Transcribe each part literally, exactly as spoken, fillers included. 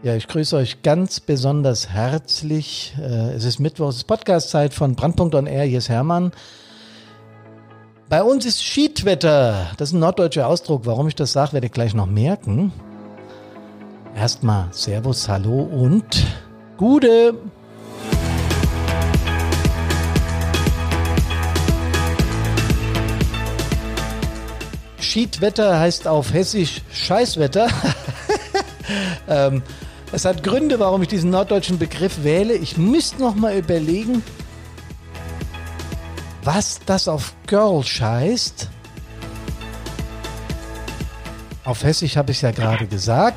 Ja, ich grüße euch ganz besonders herzlich. Es ist Mittwoch, es ist Podcast-Zeit von Brandpunkt on Air. Hier ist Hermann. Bei uns ist Schiedwetter. Das ist ein norddeutscher Ausdruck. Warum ich das sage, werde ich gleich noch merken. Erstmal Servus, Hallo und Gude. Schiedwetter heißt auf Hessisch Scheißwetter. ähm, es hat Gründe, warum ich diesen norddeutschen Begriff wähle. Ich müsste noch mal überlegen, was das auf Kölsch heißt. Auf Hessisch habe ich es ja gerade gesagt.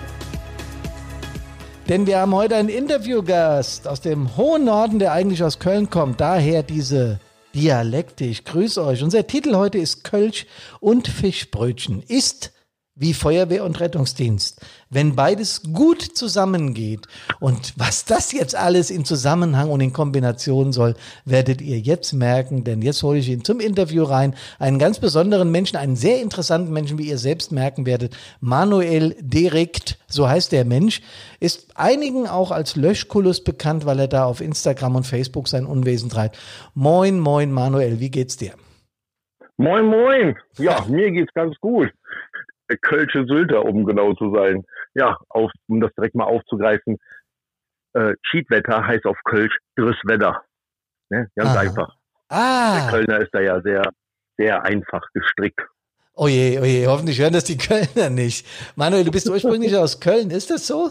Denn wir haben heute einen Interviewgast aus dem hohen Norden, der eigentlich aus Köln kommt. Daher diese Dialekte. Ich grüße euch. Unser Titel heute ist Kölsch und Fischbrötchen. Ist wie Feuerwehr und Rettungsdienst. Wenn beides gut zusammengeht und was das jetzt alles in Zusammenhang und in Kombination soll, werdet ihr jetzt merken, denn jetzt hole ich ihn zum Interview rein. Einen ganz besonderen Menschen, einen sehr interessanten Menschen, wie ihr selbst merken werdet. Manuel Derikt, so heißt der Mensch, ist einigen auch als Löschkulus bekannt, weil er da auf Instagram und Facebook sein Unwesen treibt. Moin, moin Manuel, wie geht's dir? Moin, moin. Ja, mir geht's ganz gut. Der Kölsche Sylter, um genau zu sein. Ja, auf, um das direkt mal aufzugreifen. Äh, Schiedwetter heißt auf Kölsch Grüßwetter. Ne? Ganz ah. einfach. Ah. Der Kölner ist da ja sehr, sehr einfach gestrickt. Oje, oje, hoffentlich hören das die Kölner nicht. Manuel, du bist ursprünglich aus Köln, ist das so?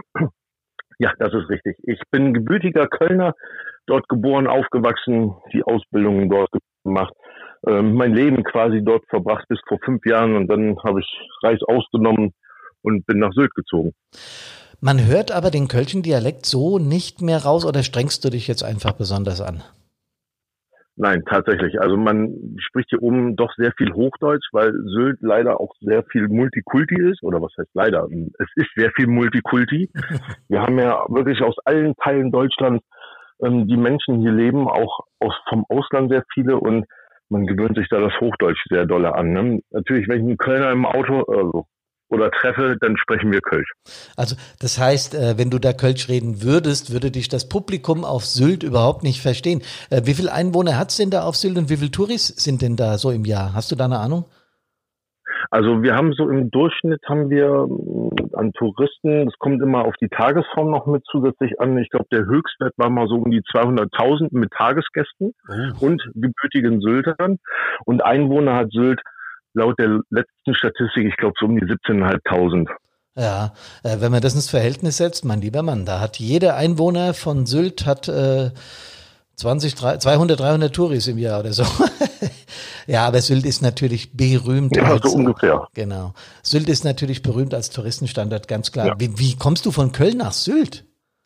Ja, das ist richtig. Ich bin gebürtiger Kölner, dort geboren, aufgewachsen, die Ausbildung dort gemacht. Mein Leben quasi dort verbracht bis vor fünf Jahren und dann habe ich Reis ausgenommen und bin nach Sylt gezogen. Man hört aber den kölschen Dialekt so nicht mehr raus oder strengst du dich jetzt einfach besonders an? Nein, tatsächlich. Also man spricht hier oben doch sehr viel Hochdeutsch, weil Sylt leider auch sehr viel Multikulti ist. Oder was heißt leider? Es ist sehr viel Multikulti. Wir haben ja wirklich aus allen Teilen Deutschlands ähm, die Menschen hier leben, auch aus, vom Ausland sehr viele und man gewöhnt sich da das Hochdeutsch sehr dolle an. Ne? Natürlich, wenn ich einen Kölner im Auto also, oder treffe, dann sprechen wir Kölsch. Also das heißt, wenn du da Kölsch reden würdest, würde dich das Publikum auf Sylt überhaupt nicht verstehen. Wie viele Einwohner hat es denn da auf Sylt und wie viele Touris sind denn da so im Jahr? Hast du da eine Ahnung? Also wir haben so im Durchschnitt haben wir an Touristen, das kommt immer auf die Tagesform noch mit zusätzlich an. Ich glaube, der Höchstwert war mal so um die zweihunderttausend mit Tagesgästen oh. und gebürtigen Syltern. Und Einwohner hat Sylt laut der letzten Statistik, ich glaube, so um die siebzehntausendfünfhundert. Ja, äh, wenn man das ins Verhältnis setzt, mein lieber Mann, da hat jeder Einwohner von Sylt hat äh, zwanzig, zweihundert, dreihundert Touris im Jahr oder so. Ja, aber Sylt ist natürlich berühmt. Ja, als, so ungefähr. Genau. Sylt ist natürlich berühmt als Touristenstandort, ganz klar. Ja. Wie, wie kommst du von Köln nach Sylt?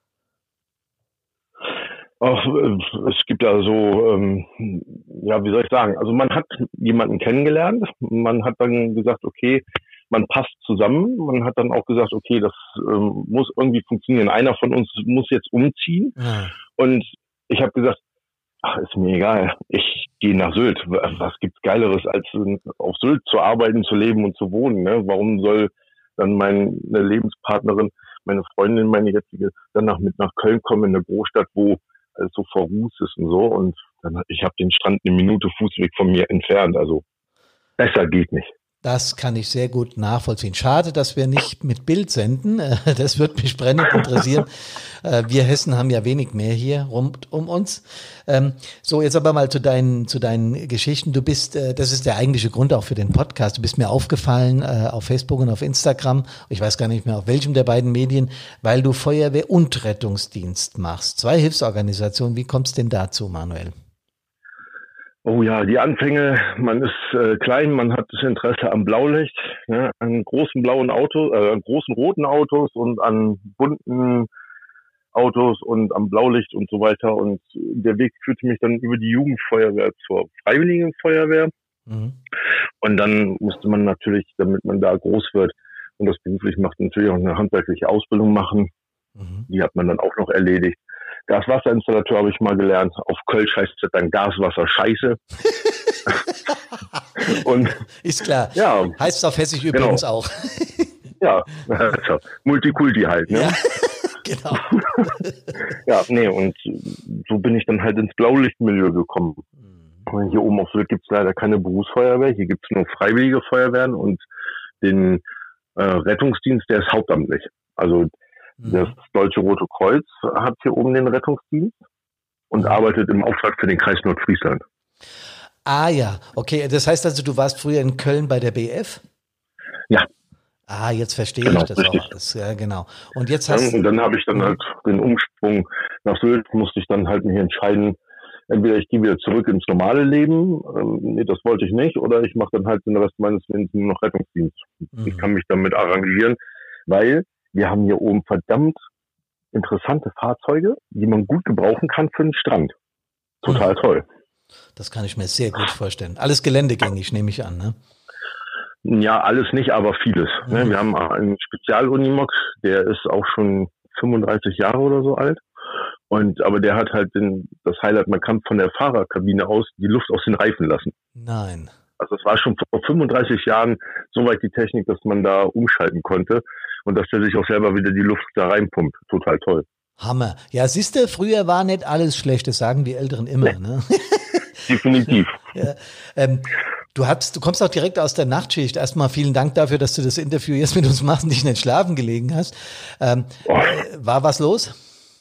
Ach, es gibt da so, ähm, ja, wie soll ich sagen, also man hat jemanden kennengelernt, man hat dann gesagt, okay, man passt zusammen, man hat dann auch gesagt, okay, das ähm, muss irgendwie funktionieren. Einer von uns muss jetzt umziehen Ja. und ich habe gesagt, ach, ist mir egal, ich gehe nach Sylt. Was gibt's Geileres, als auf Sylt zu arbeiten, zu leben und zu wohnen? Ne? Warum soll dann meine Lebenspartnerin, meine Freundin, meine jetzige, danach mit nach Köln kommen, in eine Großstadt, wo alles so verrußt ist und so? Und dann, ich habe den Strand eine Minute Fußweg von mir entfernt. Also besser geht nicht. Das kann ich sehr gut nachvollziehen. Schade, dass wir nicht mit Bild senden. Das würde mich brennend interessieren. Wir Hessen haben ja wenig mehr hier rund um uns. So, jetzt aber mal zu deinen, zu deinen Geschichten. Du bist, das ist der eigentliche Grund auch für den Podcast. Du bist mir aufgefallen auf Facebook und auf Instagram. Ich weiß gar nicht mehr auf welchem der beiden Medien, weil du Feuerwehr und Rettungsdienst machst. Zwei Hilfsorganisationen. Wie kommt's denn dazu, Manuel? Oh ja, die Anfänge, man ist äh, klein, man hat das Interesse am Blaulicht, ne, an großen blauen Autos, äh, an großen roten Autos und an bunten Autos und am Blaulicht und so weiter. Und der Weg führte mich dann über die Jugendfeuerwehr zur Freiwilligen Feuerwehr. Mhm. Und dann musste man natürlich, damit man da groß wird und das beruflich macht, natürlich auch eine handwerkliche Ausbildung machen. Mhm. Die hat man dann auch noch erledigt. Gaswasserinstallateur habe ich mal gelernt. Auf Kölsch heißt es dann Gaswasser Scheiße. Und ist klar. Ja, heißt es auf Hessisch übrigens genau. auch. Ja, also, Multikulti halt, ne? Ja, genau. Ja, nee, und so bin ich dann halt ins Blaulichtmilieu gekommen. Und hier oben auf Sylt gibt es leider keine Berufsfeuerwehr, hier gibt es nur freiwillige Feuerwehren und den äh, Rettungsdienst, der ist hauptamtlich. Also das Deutsche Rote Kreuz hat hier oben den Rettungsdienst und Mhm. arbeitet im Auftrag für den Kreis Nordfriesland. Ah ja, okay. Das heißt also, du warst früher in Köln bei der B F? Ja, Ah, jetzt verstehe genau, ich das richtig. auch alles. Ja, genau. Und jetzt Ja, hast und dann habe ich dann Mhm. halt den Umsprung nach Sylt, musste ich dann halt mich entscheiden, entweder ich gehe wieder zurück ins normale Leben, ähm, nee, das wollte ich nicht, oder ich mache dann halt den Rest meines Lebens nur noch Rettungsdienst. Ich Mhm. kann mich damit arrangieren, weil wir haben hier oben verdammt interessante Fahrzeuge, die man gut gebrauchen kann für den Strand. Total Mhm. toll. Das kann ich mir sehr gut vorstellen. Alles geländegängig, nehme ich an, ne? Ja, alles nicht, aber vieles. Ne? Mhm. Wir haben einen Spezialunimog, der ist auch schon fünfunddreißig Jahre oder so alt. Und aber der hat halt den, das Highlight, man kann von der Fahrerkabine aus die Luft aus den Reifen lassen. Nein. Also es war schon vor fünfunddreißig Jahren soweit die Technik, dass man da umschalten konnte und dass der sich auch selber wieder die Luft da reinpumpt. Total toll. Hammer. Ja, siehste, früher war nicht alles schlecht, das sagen die Älteren immer, ne? Definitiv. Ja, ähm, du hast, du kommst auch direkt aus der Nachtschicht. Erstmal vielen Dank dafür, dass du das Interview jetzt mit uns machst und dich nicht schlafen gelegen hast. Ähm, Oh. äh, war was los?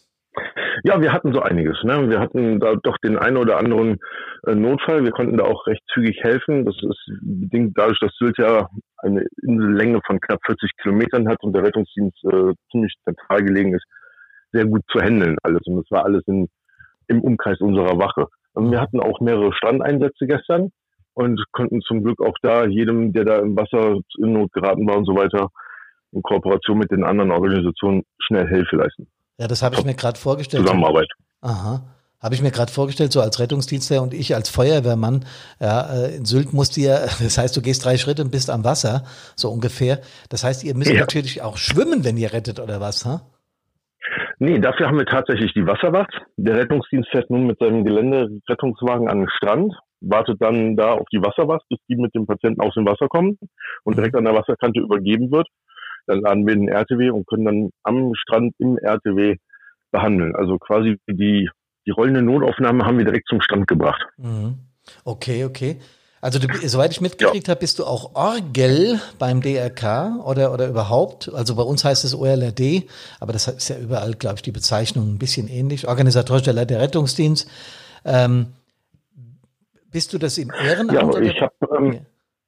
Ja, wir hatten so einiges. Ne? Wir hatten da doch den einen oder anderen äh, Notfall. Wir konnten da auch recht zügig helfen. Das ist bedingt dadurch, dass Sylt ja eine Insellänge von knapp vierzig Kilometern hat und der Rettungsdienst äh, ziemlich zentral gelegen ist, sehr gut zu handeln alles. Und das war alles in, im Umkreis unserer Wache. Und wir hatten auch mehrere Strandeinsätze gestern und konnten zum Glück auch da jedem, der da im Wasser in Not geraten war und so weiter, in Kooperation mit den anderen Organisationen schnell Hilfe leisten. Ja, das habe ich mir gerade vorgestellt. Zusammenarbeit. Aha. Habe ich mir gerade vorgestellt, so als Rettungsdienstler und ich als Feuerwehrmann, ja, äh, in Sylt musst ihr, das heißt, du gehst drei Schritte und bist am Wasser, so ungefähr. Das heißt, ihr müsst Ja. natürlich auch schwimmen, wenn ihr rettet oder was, ha? Nee, dafür haben wir tatsächlich die Wasserwacht. Der Rettungsdienst fährt nun mit seinem Gelände-Rettungswagen an den Strand, wartet dann da auf die Wasserwacht, bis die mit dem Patienten aus dem Wasser kommen und direkt an der Wasserkante übergeben wird. Dann laden wir den R T W und können dann am Strand im R T W behandeln. Also quasi die, die rollende Notaufnahme haben wir direkt zum Strand gebracht. Mhm. Okay, okay. Also du, soweit ich mitgekriegt ja. habe, bist du auch Orgel beim D R K oder, oder überhaupt? Also bei uns heißt es O L R D, aber das ist ja überall, glaube ich, die Bezeichnung ein bisschen ähnlich. Organisatorischer Leiter Rettungsdienst. Ähm, bist du das im Ehrenamt? Ja, oder? ich habe... Ähm,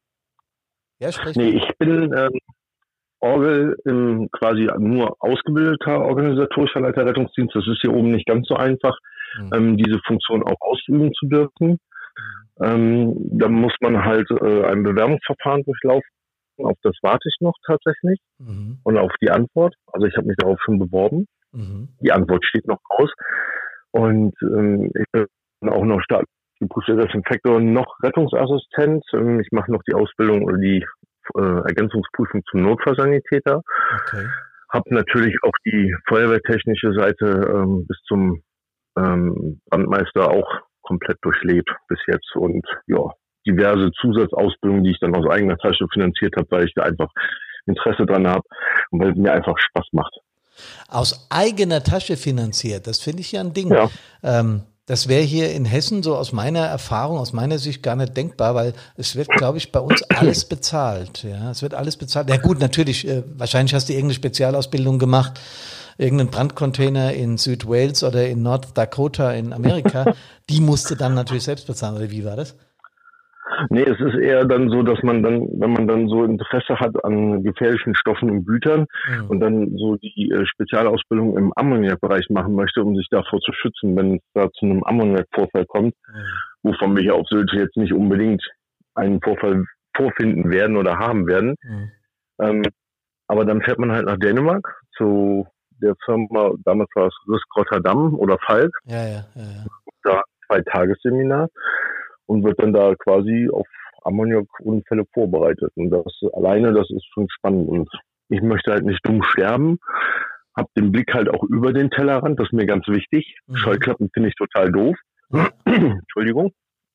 ja, sprich. Nee, ich bin... Ähm, Orgel im quasi nur ausgebildeter organisatorischer Leiter Rettungsdienst. Das ist hier oben nicht ganz so einfach, mhm. ähm, diese Funktion auch ausüben zu dürfen. Mhm. Ähm, da muss man halt äh, ein Bewerbungsverfahren durchlaufen. Auf das warte ich noch tatsächlich. Mhm. Und auf die Antwort. Also ich habe mich darauf schon beworben. Mhm. Die Antwort steht noch aus. Und ähm, ich bin auch noch stark geprüfter Desinfektor, noch Rettungsassistent. Ähm, ich mache noch die Ausbildung oder die Äh, Ergänzungsprüfung zum Notfallsanitäter. Okay. Habe natürlich auch die feuerwehrtechnische Seite ähm, bis zum ähm, Brandmeister auch komplett durchlebt bis jetzt und ja, diverse Zusatzausbildungen, die ich dann aus eigener Tasche finanziert habe, weil ich da einfach Interesse dran habe und weil es mir einfach Spaß macht. Aus eigener Tasche finanziert, das finde ich ja ein Ding. Ja. Ähm Das wäre hier in Hessen so aus meiner Erfahrung, aus meiner Sicht gar nicht denkbar, weil es wird, glaube ich, bei uns alles bezahlt. Ja, es wird alles bezahlt. Ja gut, natürlich, äh, wahrscheinlich hast du irgendeine Spezialausbildung gemacht, irgendeinen Brandcontainer in Südwales oder in North Dakota in Amerika. Die musste dann natürlich selbst bezahlen, oder wie war das? Nee, es ist eher dann so, dass man dann, wenn man dann so Interesse hat an gefährlichen Stoffen und Gütern mhm. und dann so die äh, Spezialausbildung im Ammoniakbereich machen möchte, um sich davor zu schützen, wenn es da zu einem Ammoniakvorfall kommt, mhm. wovon wir hier auf Sylt jetzt nicht unbedingt einen Vorfall vorfinden werden oder haben werden. Mhm. Ähm, aber dann fährt man halt nach Dänemark zu der Firma, damals war es Risk Rotterdam oder Falk. Ja, ja, ja, ja. Da zwei Tagesseminar. Und wird dann da quasi auf Ammoniakunfälle vorbereitet. Und das alleine, das ist schon spannend. Und ich möchte halt nicht dumm sterben, habe den Blick halt auch über den Tellerrand, das ist mir ganz wichtig. Mhm. Scheuklappen finde ich total doof. Ja. Entschuldigung.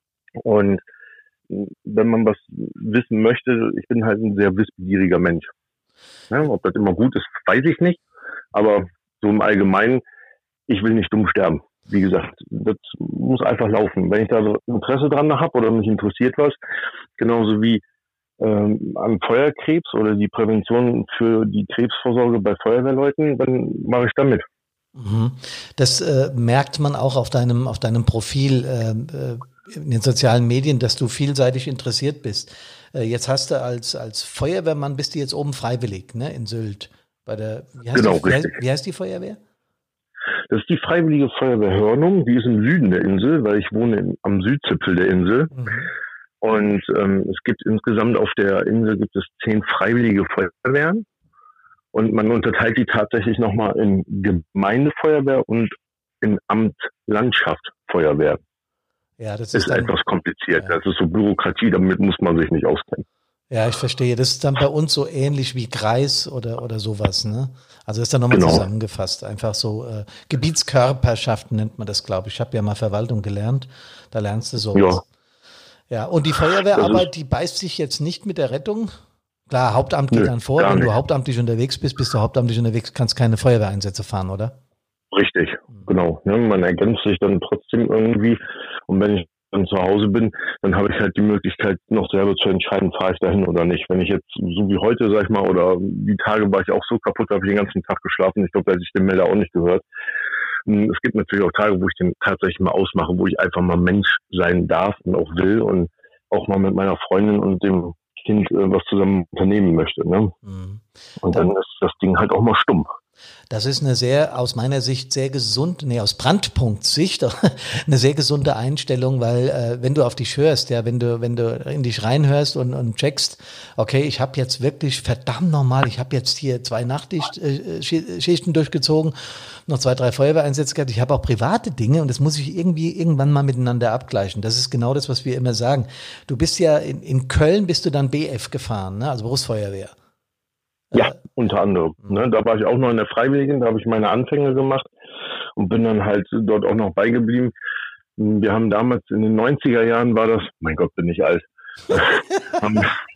Und wenn man was wissen möchte, ich bin halt ein sehr wissbegieriger Mensch. Ja, ob das immer gut ist, weiß ich nicht. Aber so im Allgemeinen, ich will nicht dumm sterben. Wie gesagt, das muss einfach laufen. Wenn ich da so Interesse dran habe oder mich interessiert was, genauso wie ähm, am Feuerkrebs oder die Prävention für die Krebsvorsorge bei Feuerwehrleuten, dann mache ich da mit. Das äh, merkt man auch auf deinem, auf deinem Profil äh, in den sozialen Medien, dass du vielseitig interessiert bist. Äh, jetzt hast du als, als Feuerwehrmann, bist du jetzt oben freiwillig, ne, in Sylt. Bei der, wie heißt Genau, die, wie heißt, richtig. wie heißt die Feuerwehr? Das ist die Freiwillige Feuerwehr Hörnum, die ist im Süden der Insel, weil ich wohne im, am Südzipfel der Insel. Mhm. Und ähm, es gibt insgesamt auf der Insel gibt es zehn freiwillige Feuerwehren. Und man unterteilt die tatsächlich nochmal in Gemeindefeuerwehr und in Amt-Landschaft-Feuerwehr. Ja, das ist, ist dann, etwas kompliziert. Ja. Das ist so Bürokratie, damit muss man sich nicht auskennen. Ja, ich verstehe. Das ist dann bei uns so ähnlich wie Kreis oder, oder sowas, ne? Also das ist dann nochmal genau. zusammengefasst. Einfach so äh, Gebietskörperschaften nennt man das, glaube ich. Ich habe ja mal Verwaltung gelernt. Da lernst du sowas. Ja. Ja, und die Feuerwehrarbeit, die beißt sich jetzt nicht mit der Rettung. Klar, Hauptamt geht Nö, dann vor. Wenn nicht. du hauptamtlich unterwegs bist, bist du hauptamtlich unterwegs, kannst keine Feuerwehreinsätze fahren, oder? Richtig, genau. Ja, man ergänzt sich dann trotzdem irgendwie. Und wenn ich dann zu Hause bin, dann habe ich halt die Möglichkeit, noch selber zu entscheiden, fahre ich dahin oder nicht. Wenn ich jetzt, so wie heute, sag ich mal, oder die Tage war ich auch so kaputt, habe ich den ganzen Tag geschlafen. Ich glaube, da hätte ich den Melder auch nicht gehört. Es gibt natürlich auch Tage, wo ich den tatsächlich mal ausmache, wo ich einfach mal Mensch sein darf und auch will und auch mal mit meiner Freundin und dem Kind äh, was zusammen unternehmen möchte. Ne? Mhm. Und dann ist das Ding halt auch mal stumm. Das ist eine sehr, aus meiner Sicht sehr gesund, nee, aus Brandpunkt-Sicht, eine sehr gesunde Einstellung, weil äh, wenn du auf dich hörst, ja, wenn du, wenn du in dich reinhörst und, und checkst, okay, ich habe jetzt wirklich verdammt normal, ich habe jetzt hier zwei Nachtschichten durchgezogen, noch zwei, drei Feuerwehreinsätze gehabt, ich habe auch private Dinge und das muss ich irgendwie irgendwann mal miteinander abgleichen. Das ist genau das, was wir immer sagen. Du bist ja in, in Köln, bist du dann B F gefahren, ne? Also Berufsfeuerwehr. Ja, unter anderem. Ne, da war ich auch noch in der Freiwilligen, da habe ich meine Anfänge gemacht und bin dann halt dort auch noch beigeblieben. Wir haben damals in den neunziger Jahren war das, mein Gott, bin ich alt, haben,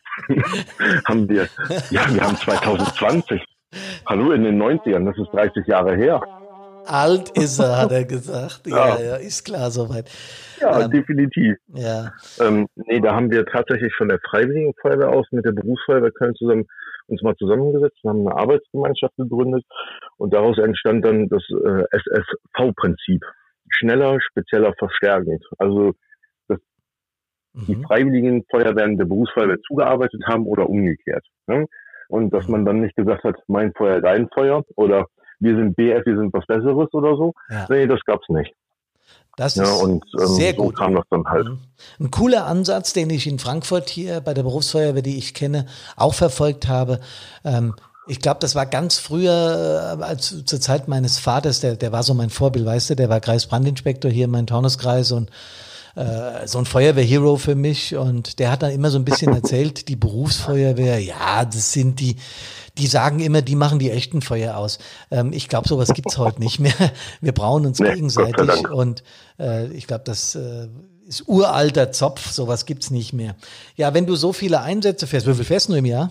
haben wir, ja, wir haben zwanzig zwanzig. Hallo, in den neunzigern, das ist dreißig Jahre her. Alt ist er, hat er gesagt. Ja, ja, ja, ist klar soweit. Ja, ähm, definitiv. Ja. Ähm, nee, da haben wir tatsächlich von der Freiwilligen Feuerwehr aus mit der Berufsfeuerwehr Köln zusammen uns mal zusammengesetzt und haben eine Arbeitsgemeinschaft gegründet und daraus entstand dann das äh, S S V-Prinzip. Schneller, spezieller, verstärkend. Also dass mhm. die Freiwilligen Feuerwehren der Berufsfeuerwehr zugearbeitet haben oder umgekehrt. Ne? Und dass man dann nicht gesagt hat, mein Feuer, dein Feuer oder wir sind B F, wir sind was Besseres oder so. Ja. Nee, das gab's nicht. Das ist ja, und, ähm, sehr so gut. kam das dann halt. Ein cooler Ansatz, den ich in Frankfurt hier bei der Berufsfeuerwehr, die ich kenne, auch verfolgt habe. Ähm, ich glaube, das war ganz früher, als zur Zeit meines Vaters, der, der war so mein Vorbild, weißt du, der war Kreisbrandinspektor hier in meinem Taunuskreis und äh, so ein Feuerwehr-Hero für mich. Und der hat dann immer so ein bisschen erzählt, die Berufsfeuerwehr, ja, das sind die, die sagen immer, die machen die echten Feuer aus. Ähm, ich glaube, sowas gibt's heute nicht mehr. Wir brauchen uns nee, gegenseitig und äh, ich glaube, das äh, ist uralter Zopf, sowas gibt's nicht mehr. Ja, wenn du so viele Einsätze fährst, wie viel fährst du im Jahr?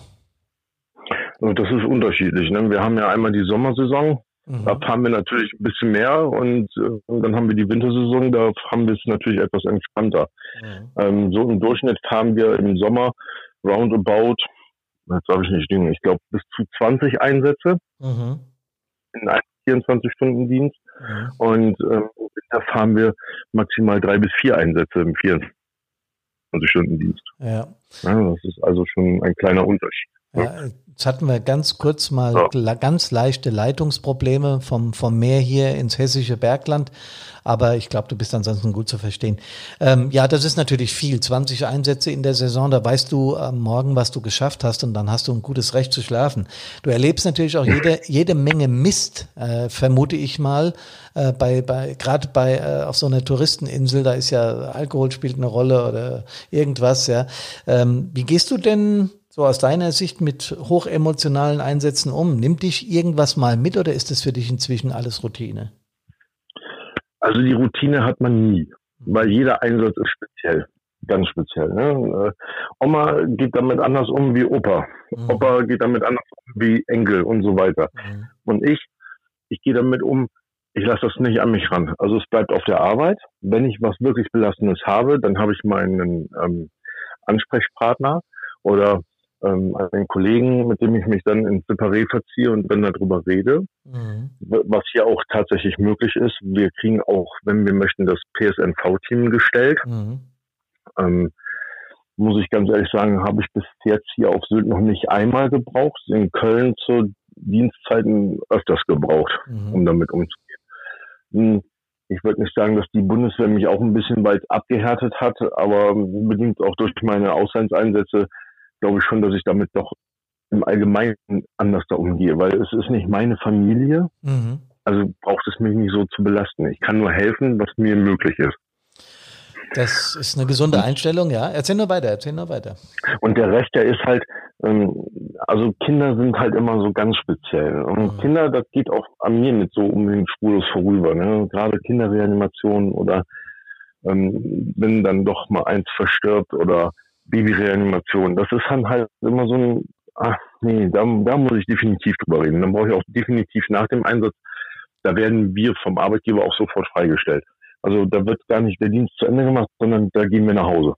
Das ist unterschiedlich. Ne? Wir haben ja einmal die Sommersaison, mhm. da fahren wir natürlich ein bisschen mehr und, äh, und dann haben wir die Wintersaison, da haben wir es natürlich etwas entspannter. Mhm. Ähm, so im Durchschnitt fahren wir im Sommer roundabout, jetzt habe ich nicht stehen, ich glaube bis zu zwanzig Einsätze mhm. in einem vierundzwanzig-Stunden-Dienst mhm. und ähm, da fahren wir maximal drei bis vier Einsätze im vierundzwanzig-Stunden-Dienst. Ja. Ja, das ist also schon ein kleiner Unterschied. Ja, jetzt hatten wir ganz kurz mal ja. ganz leichte Leitungsprobleme vom, vom Meer hier ins hessische Bergland. Aber ich glaube, du bist ansonsten gut zu verstehen. Ähm, ja, das ist natürlich viel. zwanzig Einsätze in der Saison, da weißt du am Morgen, was du geschafft hast und dann hast du ein gutes Recht zu schlafen. Du erlebst natürlich auch jede, jede Menge Mist, äh, vermute ich mal, äh, bei, bei, gerade bei, äh, auf so einer Touristeninsel, da ist ja Alkohol spielt eine Rolle oder irgendwas, ja. Ähm, wie gehst du denn so aus deiner Sicht mit hochemotionalen Einsätzen um? Nimmt dich irgendwas mal mit oder ist das für dich inzwischen alles Routine? Also die Routine hat man nie, weil jeder Einsatz ist speziell. ganz speziell. Ne? Äh, Oma geht damit anders um wie Opa. Mhm. Opa geht damit anders um wie Enkel und so weiter. Mhm. Und ich, ich gehe damit um, ich lasse das nicht an mich ran. Also es bleibt auf der Arbeit. Wenn ich was wirklich Belastendes habe, dann habe ich meinen ähm, Ansprechpartner oder ähm, einen Kollegen, mit dem ich mich dann ins Separé verziehe und dann darüber rede. Mhm. Was hier auch tatsächlich möglich ist. Wir kriegen auch, wenn wir möchten, das P S N V-Team gestellt. Mhm. Ähm, muss ich ganz ehrlich sagen, habe ich bis jetzt hier auf Sylt noch nicht einmal gebraucht. In Köln zu Dienstzeiten öfters gebraucht, mhm. um damit umzugehen. Ich würde nicht sagen, dass die Bundeswehr mich auch ein bisschen weit abgehärtet hat, aber bedingt auch durch meine Auslandseinsätze glaube ich schon, dass ich damit doch im Allgemeinen anders da umgehe, weil es ist nicht meine Familie, mhm. also braucht es mich nicht so zu belasten. Ich kann nur helfen, was mir möglich ist. Das ist eine gesunde Einstellung, ja. Erzähl nur weiter, erzähl nur weiter. Und der Rest, der ist halt, ähm, also Kinder sind halt immer so ganz speziell. Und mhm. Kinder, das geht auch an mir nicht so unbedingt spurlos vorüber. Ne? Gerade Kinderreanimationen oder ähm, wenn dann doch mal eins verstirbt oder Babyreanimation. Das ist dann halt immer so ein, ach nee, da, da muss ich definitiv drüber reden. Dann brauche ich auch definitiv nach dem Einsatz, da werden wir vom Arbeitgeber auch sofort freigestellt. Also da wird gar nicht der Dienst zu Ende gemacht, sondern da gehen wir nach Hause.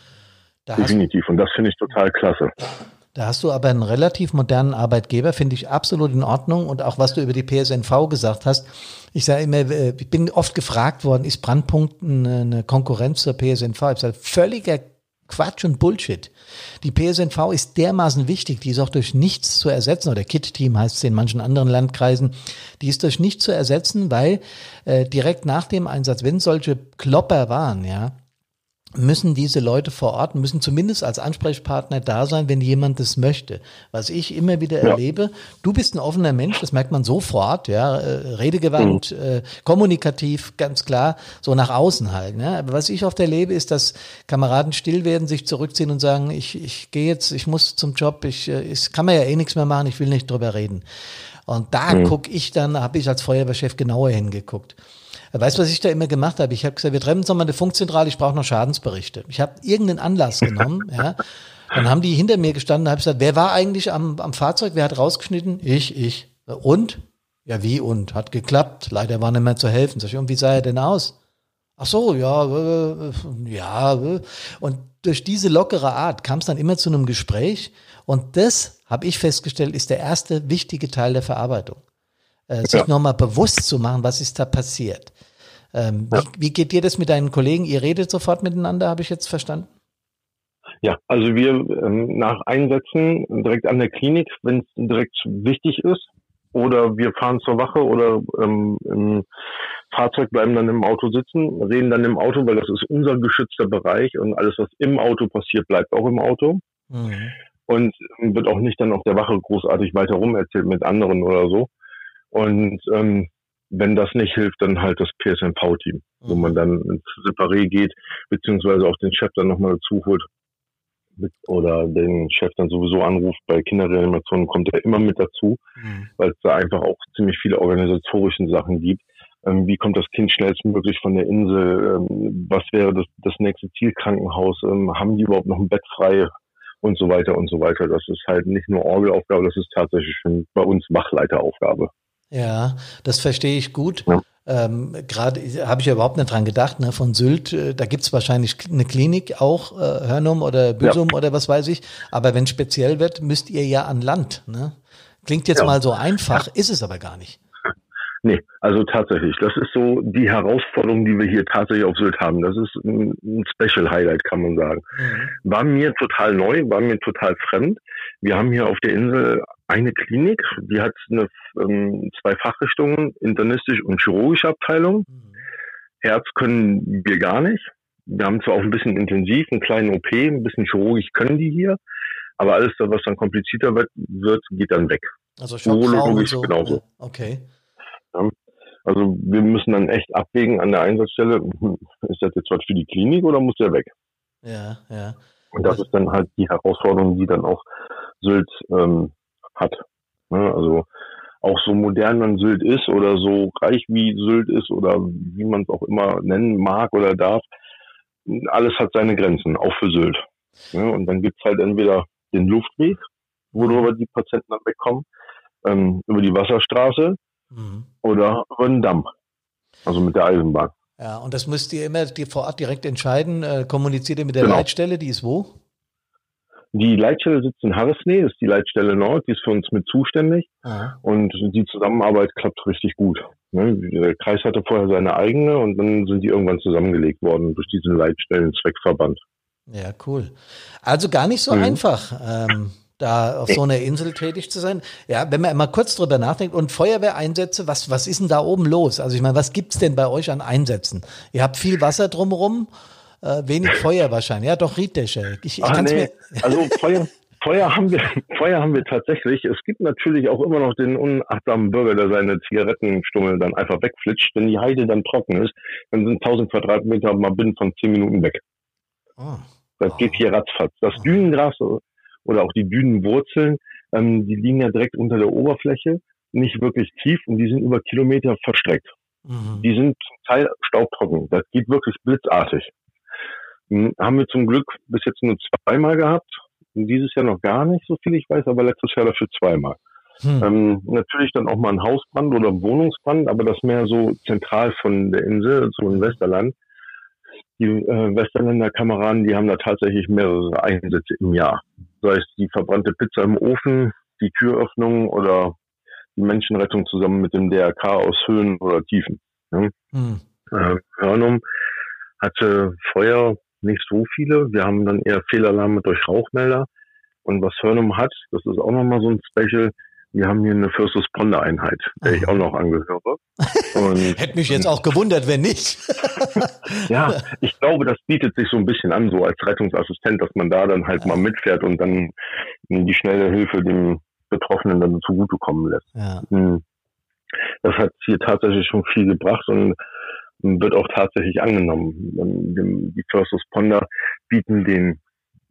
Da definitiv. Und das finde ich total klasse. Da hast du aber einen relativ modernen Arbeitgeber, finde ich absolut in Ordnung. Und auch was du über die P S N V gesagt hast. Ich sage immer, ich bin oft gefragt worden, ist Brandpunkt eine Konkurrenz zur P S N V? Ich sage, völliger Quatsch und Bullshit. Die P S N V ist dermaßen wichtig, die ist auch durch nichts zu ersetzen, oder KIT-Team heißt es in manchen anderen Landkreisen, die ist durch nichts zu ersetzen, weil äh, direkt nach dem Einsatz, wenn solche Klopper waren, ja, müssen diese Leute vor Ort, müssen zumindest als Ansprechpartner da sein, wenn jemand das möchte. Was ich immer wieder ja. erlebe, du bist ein offener Mensch, das merkt man sofort, ja, äh, redegewandt, mhm. äh, kommunikativ, ganz klar, so nach außen halt. Ne? Aber was ich oft erlebe, ist, dass Kameraden still werden, sich zurückziehen und sagen, ich, ich gehe jetzt, ich muss zum Job, ich, ich kann mir ja eh nichts mehr machen, ich will nicht drüber reden. Und da mhm. gucke ich dann, habe ich als Feuerwehrchef genauer hingeguckt. Weißt du, was ich da immer gemacht habe? Ich habe gesagt, wir treffen uns nochmal in der Funkzentrale, ich brauche noch Schadensberichte. Ich habe irgendeinen Anlass genommen, ja. Dann haben die hinter mir gestanden, habe ich gesagt, wer war eigentlich am, am Fahrzeug, wer hat rausgeschnitten? Ich, ich. Und? Ja, wie und? Hat geklappt. Leider war nicht mehr zu helfen. Sag ich, und wie sah er denn aus? Ach so, ja, äh, ja. Äh. Und durch diese lockere Art kam es dann immer zu einem Gespräch. Und das, habe ich festgestellt, ist der erste wichtige Teil der Verarbeitung. Äh, sich ja. nochmal bewusst zu machen, was ist da passiert. Ähm, ja. wie, wie geht dir das mit deinen Kollegen? Ihr redet sofort miteinander, habe ich jetzt verstanden? Ja, also wir ähm, nach Einsätzen direkt an der Klinik, wenn es direkt wichtig ist, oder wir fahren zur Wache oder ähm, im Fahrzeug, bleiben dann im Auto sitzen, reden dann im Auto, weil das ist unser geschützter Bereich und alles, was im Auto passiert, bleibt auch im Auto. Mhm. Und wird auch nicht dann auf der Wache großartig weiter rum erzählt mit anderen oder so. Und ähm, wenn das nicht hilft, dann halt das P S N V-Team, mhm. wo man dann ins Separé geht, beziehungsweise auch den Chef dann nochmal dazu holt mit, oder den Chef dann sowieso anruft. Bei Kinderreanimationen kommt er immer mit dazu, mhm. weil es da einfach auch ziemlich viele organisatorische Sachen gibt. Ähm, wie kommt das Kind schnellstmöglich von der Insel? Ähm, was wäre das, das nächste Zielkrankenhaus? Ähm, haben die überhaupt noch ein Bett frei? Und so weiter und so weiter. Das ist halt nicht nur Orgelaufgabe, das ist tatsächlich schon bei uns Wachleiteraufgabe. Ja, das verstehe ich gut. Ja. Ähm, Gerade habe ich ja überhaupt nicht dran gedacht, ne, von Sylt, äh, da gibt's wahrscheinlich eine Klinik, auch äh, Hörnum oder Büsum ja. oder was weiß ich. Aber wenn speziell wird, müsst ihr ja an Land. Ne? Klingt jetzt ja. mal so einfach, ja. ist es aber gar nicht. Nee, also tatsächlich. Das ist so die Herausforderung, die wir hier tatsächlich auf Sylt haben. Das ist ein, ein Special Highlight, kann man sagen. Mhm. War mir total neu, war mir total fremd. Wir haben hier auf der Insel eine Klinik, die hat eine, ähm, zwei Fachrichtungen, internistische und chirurgische Abteilung. Mhm. Herz können wir gar nicht. Wir haben zwar auch ein bisschen intensiv, einen kleinen O P, ein bisschen chirurgisch können die hier, aber alles, was dann komplizierter wird, wird geht dann weg. Also Schockraum und so. Genauso. Ja, okay. Ja. Also wir müssen dann echt abwägen an der Einsatzstelle, ist das jetzt was für die Klinik oder muss der weg? Ja, ja. Und das also, ist dann halt die Herausforderung, die dann auch Sylt ähm, hat. Ja, also auch so modern dann Sylt ist oder so reich wie Sylt ist oder wie man es auch immer nennen mag oder darf, alles hat seine Grenzen, auch für Sylt. Ja, und dann gibt's halt entweder den Luftweg, worüber die Patienten dann wegkommen, ähm, über die Wasserstraße mhm. oder über den Damm, also mit der Eisenbahn. Ja, und das müsst ihr immer die vor Ort direkt entscheiden. Äh, kommuniziert ihr mit der Genau. Leitstelle, die ist wo? Die Leitstelle sitzt in Harresnee, das ist die Leitstelle Nord, die ist für uns mit zuständig. Aha. Und die Zusammenarbeit klappt richtig gut. Ne? Der Kreis hatte vorher seine eigene und dann sind die irgendwann zusammengelegt worden durch diesen Leitstellen-Zweckverband. Ja, cool. Also gar nicht so mhm. einfach, ähm, da auf so einer Insel tätig zu sein. Ja, wenn man mal kurz drüber nachdenkt und Feuerwehreinsätze, was, was ist denn da oben los? Also ich meine, was gibt's denn bei euch an Einsätzen? Ihr habt viel Wasser drumherum, äh, wenig Feuer wahrscheinlich. Ja, doch, Rieddächer. Ich, ich Ach, kann's nee. mir Also Feuer, Feuer haben wir, Feuer haben wir tatsächlich. Es gibt natürlich auch immer noch den unachtsamen Bürger, der seine Zigarettenstummel dann einfach wegflitscht. Wenn die Heide dann trocken ist, dann sind tausend Quadratmeter mal binnen von zehn Minuten weg. Oh. Das geht hier ratzfatz. Das oh. Dünengras oder auch die Dünenwurzeln, ähm, die liegen ja direkt unter der Oberfläche, nicht wirklich tief und die sind über Kilometer verstreckt. Mhm. Die sind zum Teil staubtrocken. Das geht wirklich blitzartig. Hm, haben wir zum Glück bis jetzt nur zweimal gehabt. Und dieses Jahr noch gar nicht, so viel ich weiß, aber letztes Jahr dafür zweimal. Hm. Ähm, natürlich dann auch mal ein Hausbrand oder ein Wohnungsbrand, aber das mehr so zentral von der Insel, so in Westerland. Die äh, Westerländer Kameraden, die haben da tatsächlich mehrere Einsätze im Jahr. Sei es die verbrannte Pizza im Ofen, die Türöffnung oder die Menschenrettung zusammen mit dem D R K aus Höhen oder Tiefen. Ja. Hm. Äh, Hörnum hatte Feuer nicht so viele. Wir haben dann eher Fehlalarme durch Rauchmelder. Und was Hörnum hat, das ist auch nochmal so ein Special, wir haben hier eine First Responder Einheit, der ich auch noch angehöre. Und hätte mich jetzt auch gewundert, wenn nicht. Ja, ich glaube, das bietet sich so ein bisschen an, so als Rettungsassistent, dass man da dann halt ja. mal mitfährt und dann die schnelle Hilfe dem Betroffenen dann zugutekommen lässt. Ja. Das hat hier tatsächlich schon viel gebracht und wird auch tatsächlich angenommen. Die First Responder bieten den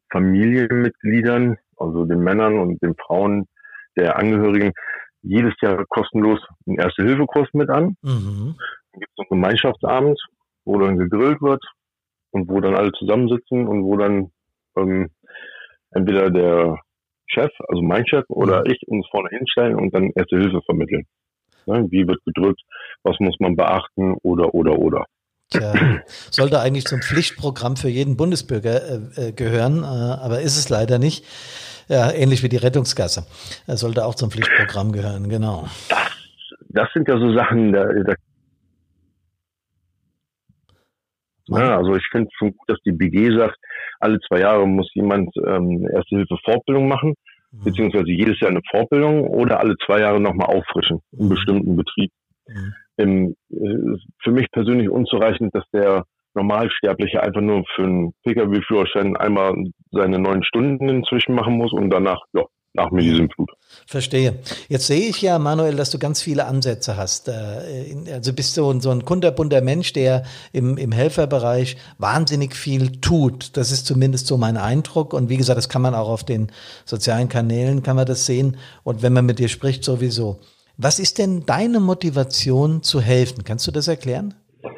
Familienmitgliedern, also den Männern und den Frauen der Angehörigen, jedes Jahr kostenlos einen Erste-Hilfe-Kurs mit an. Mhm. Dann gibt es einen Gemeinschaftsabend, wo dann gegrillt wird und wo dann alle zusammensitzen und wo dann ähm, entweder der Chef, also mein Chef oder ich uns vorne hinstellen und dann Erste Hilfe vermitteln. Ja, wie wird gedrückt, was muss man beachten oder, oder, oder. Tja, sollte eigentlich zum Pflichtprogramm für jeden Bundesbürger äh, gehören, äh, aber ist es leider nicht. Ja, ähnlich wie die Rettungskasse. Er sollte auch zum Pflichtprogramm gehören, genau. Das, das sind ja so Sachen, da, da ja, also ich finde es schon gut, dass die B G sagt, alle zwei Jahre muss jemand ähm, Erste-Hilfe-Fortbildung machen, mhm. beziehungsweise jedes Jahr eine Fortbildung oder alle zwei Jahre nochmal auffrischen, mhm. im bestimmten Betrieb. Mhm. Im, für mich persönlich unzureichend, dass der Normalsterbliche einfach nur für einen Pkw-Führerschein einmal seine neun Stunden inzwischen machen muss und danach, ja, nach mir die Sintflut. Verstehe. Jetzt sehe ich ja, Manuel, dass du ganz viele Ansätze hast. Also bist du so ein kunterbunter Mensch, der im, im Helferbereich wahnsinnig viel tut. Das ist zumindest so mein Eindruck. Und wie gesagt, das kann man auch auf den sozialen Kanälen, kann man das sehen. Und wenn man mit dir spricht, sowieso. Was ist denn deine Motivation zu helfen? Kannst du das erklären?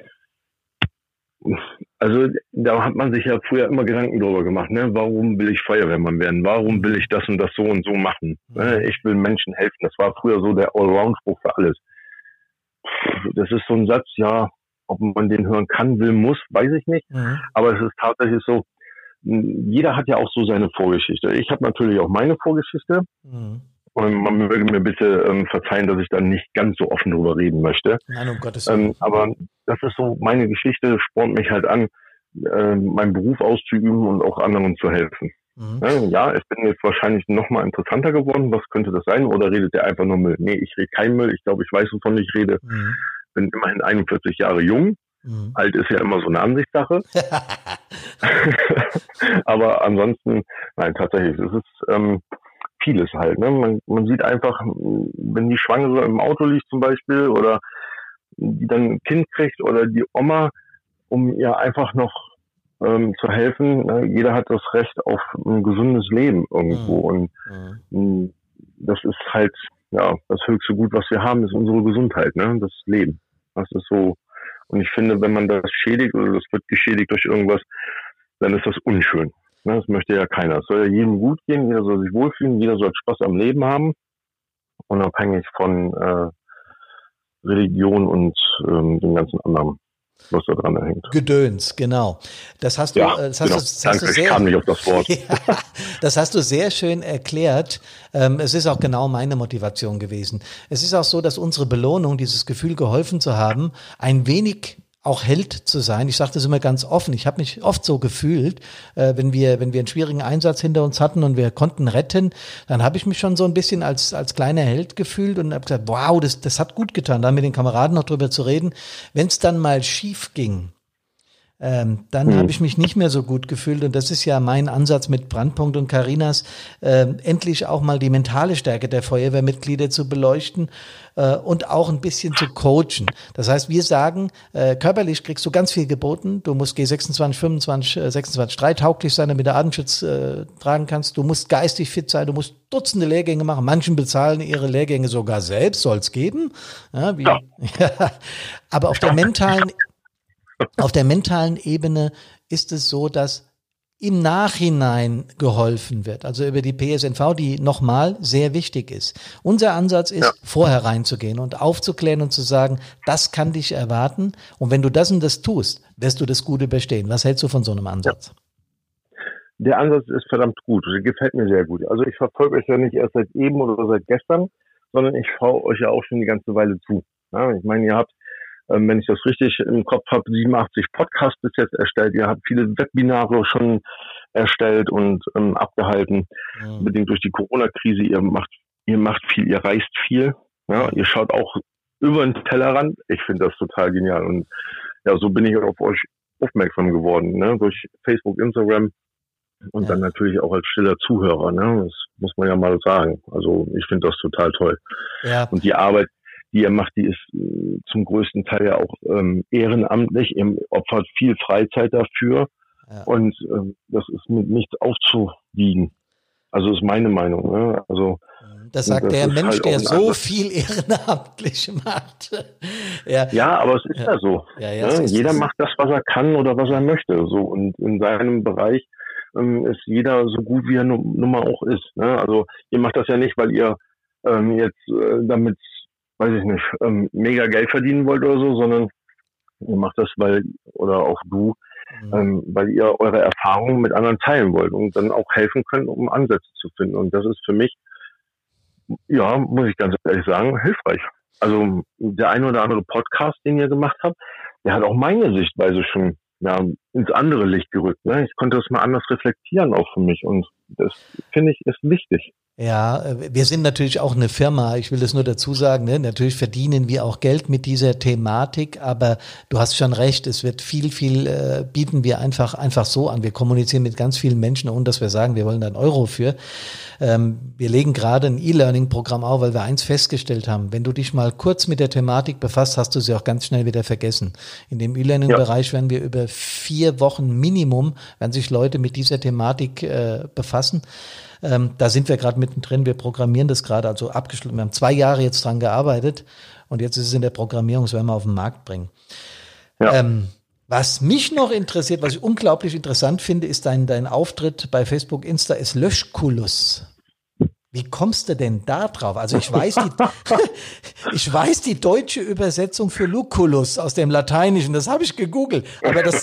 Also da hat man sich ja früher immer Gedanken drüber gemacht, ne? Warum will ich Feuerwehrmann werden? Warum will ich das und das so und so machen? Mhm. Ich will Menschen helfen. Das war früher so der Allround-Spruch für alles. Das ist so ein Satz, ja, ob man den hören kann, will, muss, weiß ich nicht. Mhm. Aber es ist tatsächlich so, jeder hat ja auch so seine Vorgeschichte. Ich habe natürlich auch meine Vorgeschichte. Mhm. Und man möge mir bitte ähm, verzeihen, dass ich dann nicht ganz so offen drüber reden möchte. Nein, um Gottes Willen. Ähm, aber das ist so meine Geschichte, spornt mich halt an, äh, meinen Beruf auszuüben und auch anderen zu helfen. Mhm. Ja, ja, ich bin jetzt wahrscheinlich noch mal interessanter geworden. Was könnte das sein? Oder redet der einfach nur Müll? Nee, ich rede kein Müll. Ich glaube, ich weiß, wovon ich rede. Mhm. Bin immerhin einundvierzig Jahre jung. Mhm. Alt ist ja immer so eine Ansichtssache. Aber ansonsten, nein, tatsächlich, es ist ähm, vieles halt. Ne? Man, man sieht einfach, wenn die Schwangere im Auto liegt zum Beispiel oder die dann ein Kind kriegt oder die Oma, um ihr einfach noch ähm, zu helfen. Ne? Jeder hat das Recht auf ein gesundes Leben irgendwo. Mhm. Und mhm. das ist halt, ja, das höchste Gut, was wir haben, ist unsere Gesundheit, ne? Das Leben. Das ist so Und ich finde, wenn man das schädigt oder das wird geschädigt durch irgendwas, dann ist das unschön. Ne, das möchte ja keiner. Es soll ja jedem gut gehen, jeder soll sich wohlfühlen, jeder soll Spaß am Leben haben, unabhängig von äh, Religion und ähm, dem ganzen anderen, was da dran hängt. Gedöns, genau. Das hast du, ja, das hast genau. du, das Danke, hast du sehr, ich kam nicht auf das Wort. Ja, das hast du sehr schön erklärt. Ähm, es ist auch genau meine Motivation gewesen. Es ist auch so, dass unsere Belohnung, dieses Gefühl, geholfen zu haben, ein wenig auch Held zu sein. Ich sage das immer ganz offen. Ich habe mich oft so gefühlt, äh, wenn wir, wenn wir einen schwierigen Einsatz hinter uns hatten und wir konnten retten, dann habe ich mich schon so ein bisschen als als kleiner Held gefühlt und habe gesagt, wow, das das hat gut getan, da mit den Kameraden noch drüber zu reden. Wenn es dann mal schief ging, Ähm, dann mhm. habe ich mich nicht mehr so gut gefühlt und das ist ja mein Ansatz mit Brandpunkt und Carinas, äh, endlich auch mal die mentale Stärke der Feuerwehrmitglieder zu beleuchten äh, und auch ein bisschen zu coachen. Das heißt, wir sagen, äh, körperlich kriegst du ganz viel geboten, du musst G sechsundzwanzig, fünfundzwanzig, äh, sechsundzwanzig drei tauglich sein, damit du Atemschutz äh, tragen kannst, du musst geistig fit sein, du musst Dutzende Lehrgänge machen, manchen bezahlen ihre Lehrgänge sogar selbst, soll es geben. Ja, wie, ja. Aber auf der mentalen Auf der mentalen Ebene ist es so, dass im Nachhinein geholfen wird, also über die P S N V, die nochmal sehr wichtig ist. Unser Ansatz ist, ja. vorher reinzugehen und aufzuklären und zu sagen, das kann dich erwarten und wenn du das und das tust, wirst du das Gute überstehen. Was hältst du von so einem Ansatz? Der Ansatz ist verdammt gut, der gefällt mir sehr gut. Also ich verfolge euch ja nicht erst seit eben oder seit gestern, sondern ich schaue euch ja auch schon die ganze Weile zu. Ja, ich meine, ihr habt, wenn ich das richtig im Kopf habe, siebenundachtzig Podcasts bis jetzt erstellt. Ihr habt viele Webinare schon erstellt und ähm, abgehalten, mhm. bedingt durch die Corona-Krise. Ihr macht, ihr macht viel, ihr reist viel. Ja, ihr schaut auch über den Tellerrand. Ich finde das total genial. Und ja, so bin ich auf euch aufmerksam geworden, ne? Durch Facebook, Instagram und ja. dann natürlich auch als stiller Zuhörer. Ne? Das muss man ja mal sagen. Also ich finde das total toll. Ja. Und die Arbeit, die ihr macht, die ist äh, zum größten Teil ja auch ähm, ehrenamtlich. Ihr opfert viel Freizeit dafür ja. und äh, das ist mit nichts aufzuwiegen. Also ist meine Meinung. Ne? Also das sagt das der Mensch, halt der so Ansatz. Viel ehrenamtlich macht. ja. ja, aber es ist ja, ja so. Ja, ja, ne? Jeder macht das, was er kann oder was er möchte. So und in seinem Bereich ähm, ist jeder so gut, wie er nun, nun mal auch ist. Ne? Also ihr macht das ja nicht, weil ihr ähm, jetzt äh, damit weiß ich nicht, ähm, mega Geld verdienen wollt oder so, sondern ihr macht das, weil, oder auch du, mhm. ähm, weil ihr eure Erfahrungen mit anderen teilen wollt und dann auch helfen könnt, um Ansätze zu finden. Und das ist für mich, ja, muss ich ganz ehrlich sagen, hilfreich. Also der eine oder andere Podcast, den ihr gemacht habt, der hat auch meine Sichtweise schon ja, ins andere Licht gerückt. Ne? Ich konnte das mal anders reflektieren auch für mich und das finde ich ist wichtig. Ja, wir sind natürlich auch eine Firma, ich will das nur dazu sagen, ne? Natürlich verdienen wir auch Geld mit dieser Thematik, aber du hast schon recht, es wird viel, viel äh, bieten wir einfach einfach so an. Wir kommunizieren mit ganz vielen Menschen, ohne dass wir sagen, wir wollen da einen Euro für. Ähm, wir legen gerade ein E-Learning-Programm auf, weil wir eins festgestellt haben, wenn du dich mal kurz mit der Thematik befasst, hast du sie auch ganz schnell wieder vergessen. In dem E-Learning-Bereich ja. werden wir über vier Wochen Minimum, werden sich Leute mit dieser Thematik äh, befassen. Ähm, da sind wir gerade mittendrin, wir programmieren das gerade, also abgeschlossen. Wir haben zwei Jahre jetzt dran gearbeitet und jetzt ist es in der Programmierung, das werden wir auf den Markt bringen. Ja. Ähm, was mich noch interessiert, was ich unglaublich interessant finde, ist dein, dein Auftritt bei Facebook, Insta, ist Löschkulus. Wie kommst du denn da drauf? Also ich weiß die, ich weiß die deutsche Übersetzung für Lucullus aus dem Lateinischen, das habe ich gegoogelt, aber das,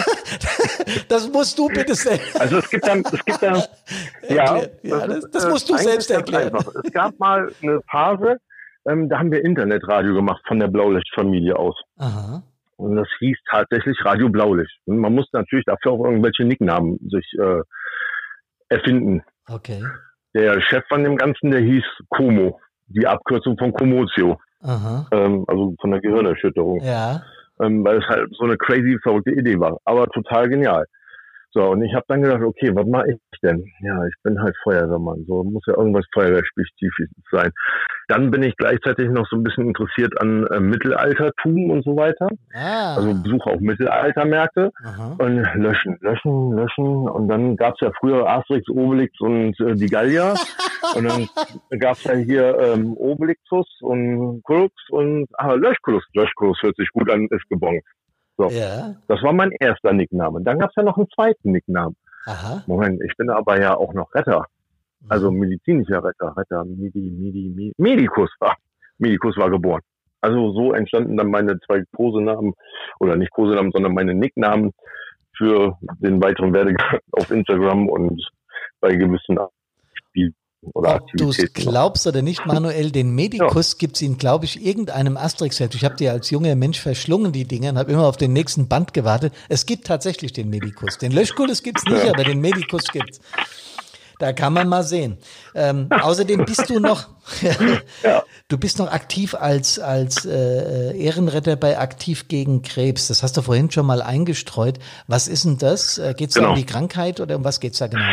das musst du bitte selbst. Also es gibt dann, es gibt dann, ja, ja das, das musst du selbst erklären. Einfach. Es gab mal eine Phase, ähm, da haben wir Internetradio gemacht von der Blaulichtfamilie aus. Aha. Und das hieß tatsächlich Radio Blaulicht. Und man musste natürlich dafür auch irgendwelche Nicknamen sich äh, erfinden. Okay. Der Chef von dem Ganzen, der hieß Como, die Abkürzung von Commotio, ähm, also von der Gehirnerschütterung, ja. ähm, weil es halt so eine crazy, verrückte Idee war, aber total genial. So, und ich habe dann gedacht, okay, was mache ich denn? Ja, ich bin halt Feuerwehrmann, so muss ja irgendwas Feuerwehrspezifisches sein. Dann bin ich gleichzeitig noch so ein bisschen interessiert an äh, Mittelaltertum und so weiter. Ah. Also besuche auch Mittelaltermärkte. Aha. Und löschen, löschen, löschen. Und dann gab's ja früher Asterix, Obelix und äh, die Gallier. Und dann gab es ja hier ähm, Obelixus und Krux und ah, Löschkulus. Löschkulus hört sich gut an, ist gebongt. So, Ja. das war mein erster Nickname. Dann gab es ja noch einen zweiten Nicknamen. Aha. Moment, ich bin aber ja auch noch Retter. Also medizinischer Retter. Retter, Medi, Medi, Medi, Medikus war. Medikus war geboren. Also so entstanden dann meine zwei Kosenamen, oder nicht Kosenamen, sondern meine Nicknamen für den weiteren Werdegang auf Instagram und bei gewissen Spielen oder Ob du es Aktivitäten. glaubst oder nicht, Manuel, den Medikus ja. gibt es in, glaube ich, irgendeinem Asterix-Heft. Ich habe die als junger Mensch verschlungen, die Dinge, und habe immer auf den nächsten Band gewartet. Es gibt tatsächlich den Medikus. Den Löschkulus gibt es nicht, ja. aber den Medikus gibt es. Da kann man mal sehen. Ähm, außerdem bist du noch, ja. du bist noch aktiv als als äh, Ehrenretter bei Aktiv gegen Krebs. Das hast du vorhin schon mal eingestreut. Was ist denn das? Geht es genau. da um die Krankheit oder um was geht's da genau?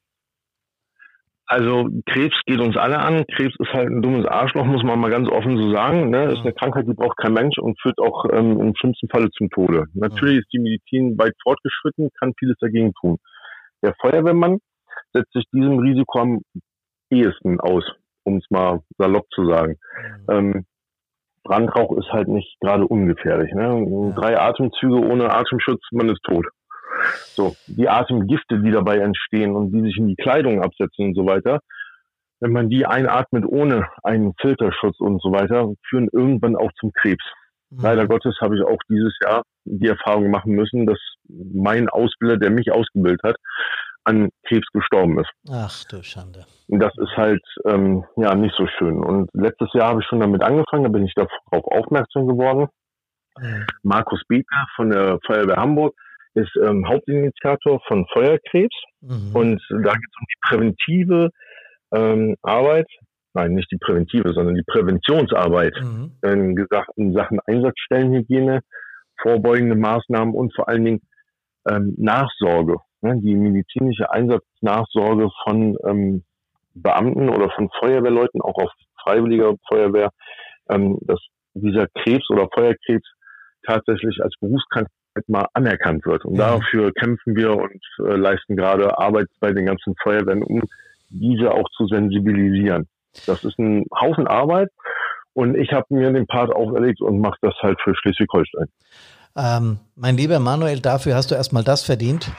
Also Krebs geht uns alle an. Krebs ist halt ein dummes Arschloch, muss man mal ganz offen so sagen. Ne? Ist eine Krankheit, die braucht kein Mensch und führt auch ähm, im schlimmsten Falle zum Tode. Natürlich ist die Medizin weit fortgeschritten, kann vieles dagegen tun. Der Feuerwehrmann setzt sich diesem Risiko am ehesten aus, um es mal salopp zu sagen. Mhm. Ähm, Brandrauch ist halt nicht gerade ungefährlich. Ne? Ja. Drei Atemzüge ohne Atemschutz, man ist tot. So, die Atemgifte, die dabei entstehen und die sich in die Kleidung absetzen und so weiter, wenn man die einatmet ohne einen Filterschutz und so weiter, führen irgendwann auch zum Krebs. Mhm. Leider Gottes habe ich auch dieses Jahr die Erfahrung machen müssen, dass mein Ausbilder, der mich ausgebildet hat, an Krebs gestorben ist. Ach du Schande. Und das ist halt ähm, ja nicht so schön. Und letztes Jahr habe ich schon damit angefangen, da bin ich darauf aufmerksam geworden. Mhm. Markus Beker von der Feuerwehr Hamburg ist ähm, Hauptinitiator von Feuerkrebs. Mhm. Und da geht es um die präventive ähm, Arbeit, nein, nicht die präventive, sondern die Präventionsarbeit mhm. in, gesagt, in Sachen Einsatzstellenhygiene, vorbeugende Maßnahmen und vor allen Dingen ähm, Nachsorge. Ne, die medizinische Einsatznachsorge von ähm, Beamten oder von Feuerwehrleuten, auch auf freiwilliger Feuerwehr, ähm, dass dieser Krebs oder Feuerkrebs tatsächlich als Berufskrankheit mal anerkannt wird. Und ja. dafür kämpfen wir und äh, leisten gerade Arbeit bei den ganzen Feuerwehren, um diese auch zu sensibilisieren. Das ist ein Haufen Arbeit und ich habe mir den Part auferlegt und mache das halt für Schleswig-Holstein. Ähm, mein lieber Manuel, dafür hast du erstmal das verdient.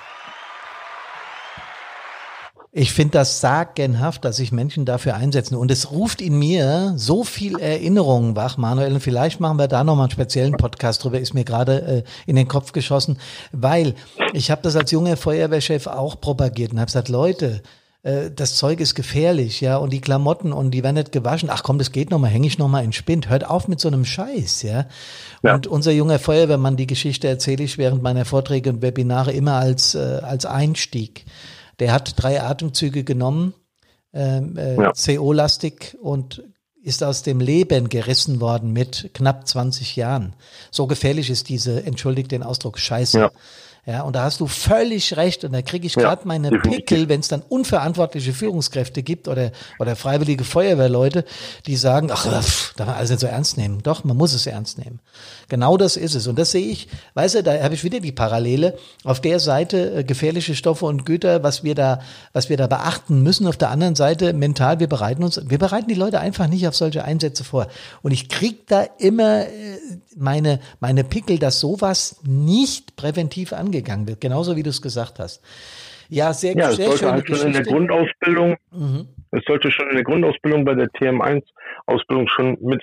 Ich finde das sagenhaft, dass sich Menschen dafür einsetzen. Und es ruft in mir so viel Erinnerungen wach, Manuel. Und vielleicht machen wir da nochmal einen speziellen Podcast drüber, ist mir gerade äh, in den Kopf geschossen. Weil ich habe das als junger Feuerwehrchef auch propagiert und habe gesagt, Leute, äh, das Zeug ist gefährlich, ja. Und die Klamotten und die werden nicht gewaschen. Ach komm, das geht nochmal, hänge ich nochmal in Spind. Hört auf mit so einem Scheiß, ja. Ja. Und unser junger Feuerwehrmann, die Geschichte erzähle ich während meiner Vorträge und Webinare immer als, äh, als Einstieg. Der hat drei Atemzüge genommen, ähm, äh, ja. C O-lastig und ist aus dem Leben gerissen worden mit knapp zwanzig Jahren. So gefährlich ist diese, entschuldigt den Ausdruck, Scheiße. Ja. Ja, und da hast du völlig recht. Und da kriege ich gerade ja, meine definitiv. Pickel, wenn es dann unverantwortliche Führungskräfte gibt oder, oder freiwillige Feuerwehrleute, die sagen, ach, pff, darf man alles nicht so ernst nehmen. Doch, man muss es ernst nehmen. Genau das ist es. Und das sehe ich, weißt du, da habe ich wieder die Parallele. Auf der Seite äh, gefährliche Stoffe und Güter, was wir da, was wir da beachten müssen. Auf der anderen Seite mental, wir bereiten uns, wir bereiten die Leute einfach nicht auf solche Einsätze vor. Und ich kriege da immer äh, meine, meine Pickel, dass sowas nicht präventiv angegangen wird. Genauso wie du es gesagt hast. Ja, sehr, ja, sehr es sollte schöne halt schon Geschichte. in der Grundausbildung, mhm. es sollte schon in der Grundausbildung bei der T M eins Ausbildung schon mit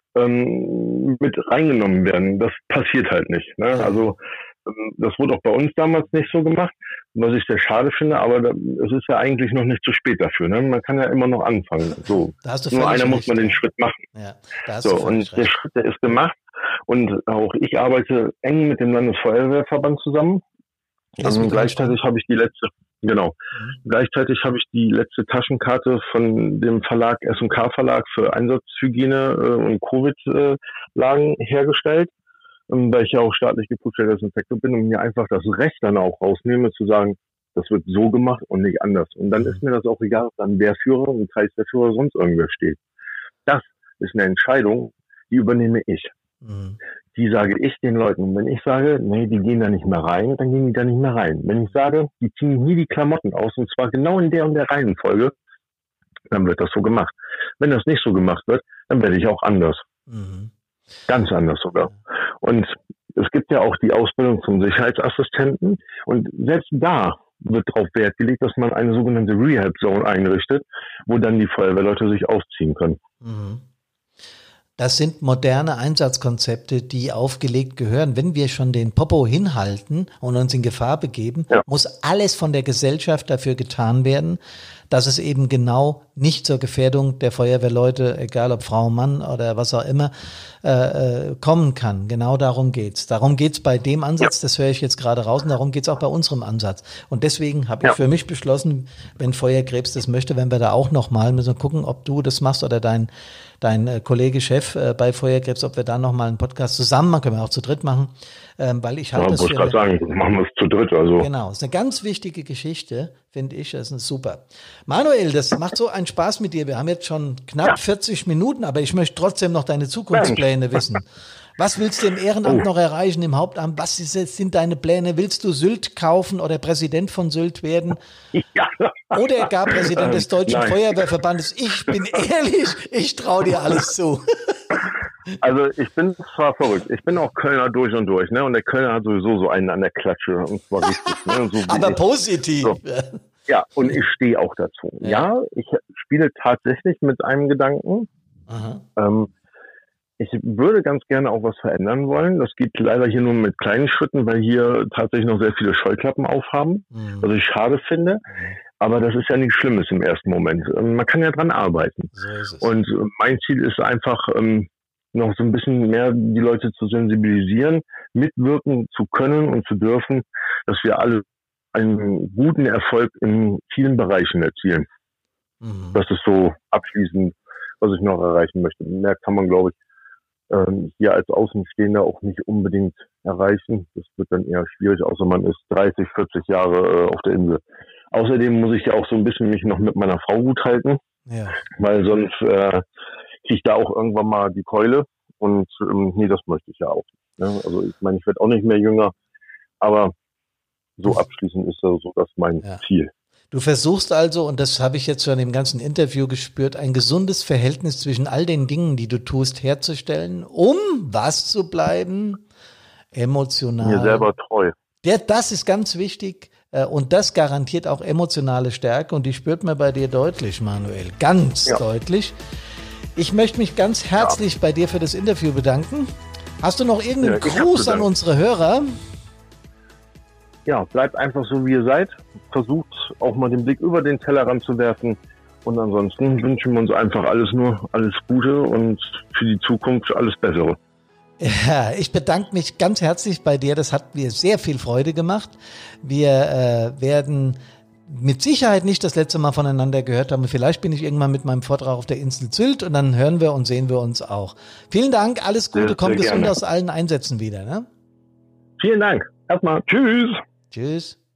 ähm, mit reingenommen werden. Das passiert halt nicht. Ne? Ja. Also ähm, das wurde auch bei uns damals nicht so gemacht, was ich sehr schade finde, aber da, es ist ja eigentlich noch nicht zu spät dafür. Ne? Man kann ja immer noch anfangen. So. Da hast du Nur einer recht. muss man den Schritt machen. Ja, da hast so, du und recht. der Schritt, der ist gemacht. Und auch ich arbeite eng mit dem Landesfeuerwehrverband zusammen. Und gleichzeitig habe ich die letzte, genau, mhm. gleichzeitig habe ich die letzte Taschenkarte von dem Verlag S und K Verlag für Einsatzhygiene äh, und Covid-Lagen äh, hergestellt, ähm, weil ich ja auch staatlich geprüfter Desinfektor bin und mir einfach das Recht dann auch rausnehme, zu sagen, das wird so gemacht und nicht anders. Und dann mhm. ist mir das auch egal, ob dann der Führer im Kreis der Führer sonst irgendwer steht. Das ist eine Entscheidung, die übernehme ich. Mhm. Die sage ich den Leuten. Und wenn ich sage, nee, die gehen da nicht mehr rein, dann gehen die da nicht mehr rein. Wenn ich sage, die ziehen nie die Klamotten aus, und zwar genau in der und der Reihenfolge, dann wird das so gemacht. Wenn das nicht so gemacht wird, dann werde ich auch anders. Mhm. Ganz anders sogar. Und es gibt ja auch die Ausbildung zum Sicherheitsassistenten und selbst da wird darauf Wert gelegt, dass man eine sogenannte Rehab Zone einrichtet, wo dann die Feuerwehrleute sich ausziehen können. Mhm. Das sind moderne Einsatzkonzepte, die aufgelegt gehören. Wenn wir schon den Popo hinhalten und uns in Gefahr begeben, ja. muss alles von der Gesellschaft dafür getan werden, dass es eben genau nicht zur Gefährdung der Feuerwehrleute, egal ob Frau, Mann oder was auch immer, äh, kommen kann. Genau darum geht's. Darum geht's bei dem Ansatz, ja. das höre ich jetzt gerade raus, und darum geht's auch bei unserem Ansatz. Und deswegen habe ich ja. für mich beschlossen, wenn Feuerkrebs das möchte, wenn wir da auch nochmal müssen wir gucken, ob du das machst oder dein dein äh, Kollege Chef äh, bei Feuerkrebs, ob wir da nochmal einen Podcast zusammen machen, können wir auch zu dritt machen, ähm, weil ich halte ja, das für... Ich wollte gerade sagen, machen wir es zu dritt. Also. Genau, ist eine ganz wichtige Geschichte, finde ich, das ist super. Manuel, das macht so einen Spaß mit dir, wir haben jetzt schon knapp ja. vierzig Minuten, aber ich möchte trotzdem noch deine Zukunftspläne wissen. Was willst du im Ehrenamt oh. noch erreichen, im Hauptamt? Was ist, sind deine Pläne? Willst du Sylt kaufen oder Präsident von Sylt werden? Ja. Oder gar Präsident des Deutschen Nein. Feuerwehrverbandes? Ich bin ehrlich, ich traue dir alles zu. Also ich bin zwar verrückt, ich bin auch Kölner durch und durch, ne? Und der Kölner hat sowieso so einen an der Klatsche, und zwar richtig. Ne? So Aber ich. positiv. So. Ja, und ich stehe auch dazu. Ja. ja, ich spiele tatsächlich mit einem Gedanken. Aha. Ähm, Ich würde ganz gerne auch was verändern wollen. Das geht leider hier nur mit kleinen Schritten, weil hier tatsächlich noch sehr viele Scheuklappen aufhaben, mhm. was ich schade finde. Mhm. Aber das ist ja nichts Schlimmes im ersten Moment. Man kann ja dran arbeiten. So ist es. Und mein Ziel ist einfach, noch so ein bisschen mehr die Leute zu sensibilisieren, mitwirken zu können und zu dürfen, dass wir alle einen guten Erfolg in vielen Bereichen erzielen. Mhm. Das ist so abschließend, was ich noch erreichen möchte. Mehr kann man, glaube ich, hier als Außenstehender auch nicht unbedingt erreichen. Das wird dann eher schwierig, außer man ist dreißig, vierzig Jahre auf der Insel. Außerdem muss ich ja auch so ein bisschen mich noch mit meiner Frau gut halten, ja. weil sonst äh, kriege ich da auch irgendwann mal die Keule, und ähm, nee, das möchte ich ja auch nicht. Ne? Also ich meine, ich werde auch nicht mehr jünger, aber so abschließend ist das so das mein ja. Ziel. Du versuchst also, und das habe ich jetzt schon im ganzen Interview gespürt, ein gesundes Verhältnis zwischen all den Dingen, die du tust, herzustellen, um was zu bleiben? Emotional. Mir selber treu. Der, das ist ganz wichtig, und das garantiert auch emotionale Stärke, und die spürt man bei dir deutlich, Manuel, ganz ja. deutlich. Ich möchte mich ganz herzlich ja. bei dir für das Interview bedanken. Hast du noch irgendeinen ja, Gruß an unsere Hörer? Ja, bleibt einfach so, wie ihr seid. Versucht auch mal den Blick über den Tellerrand zu werfen. Und ansonsten wünschen wir uns einfach alles nur alles Gute und für die Zukunft alles Bessere. Ja, ich bedanke mich ganz herzlich bei dir. Das hat mir sehr viel Freude gemacht. Wir äh, werden mit Sicherheit nicht das letzte Mal voneinander gehört haben. Vielleicht bin ich irgendwann mit meinem Vortrag auf der Insel Sylt, und dann hören wir und sehen wir uns auch. Vielen Dank, alles Gute, komm gesund aus allen Einsätzen wieder. Ne? Vielen Dank. Erstmal tschüss. Tschüss.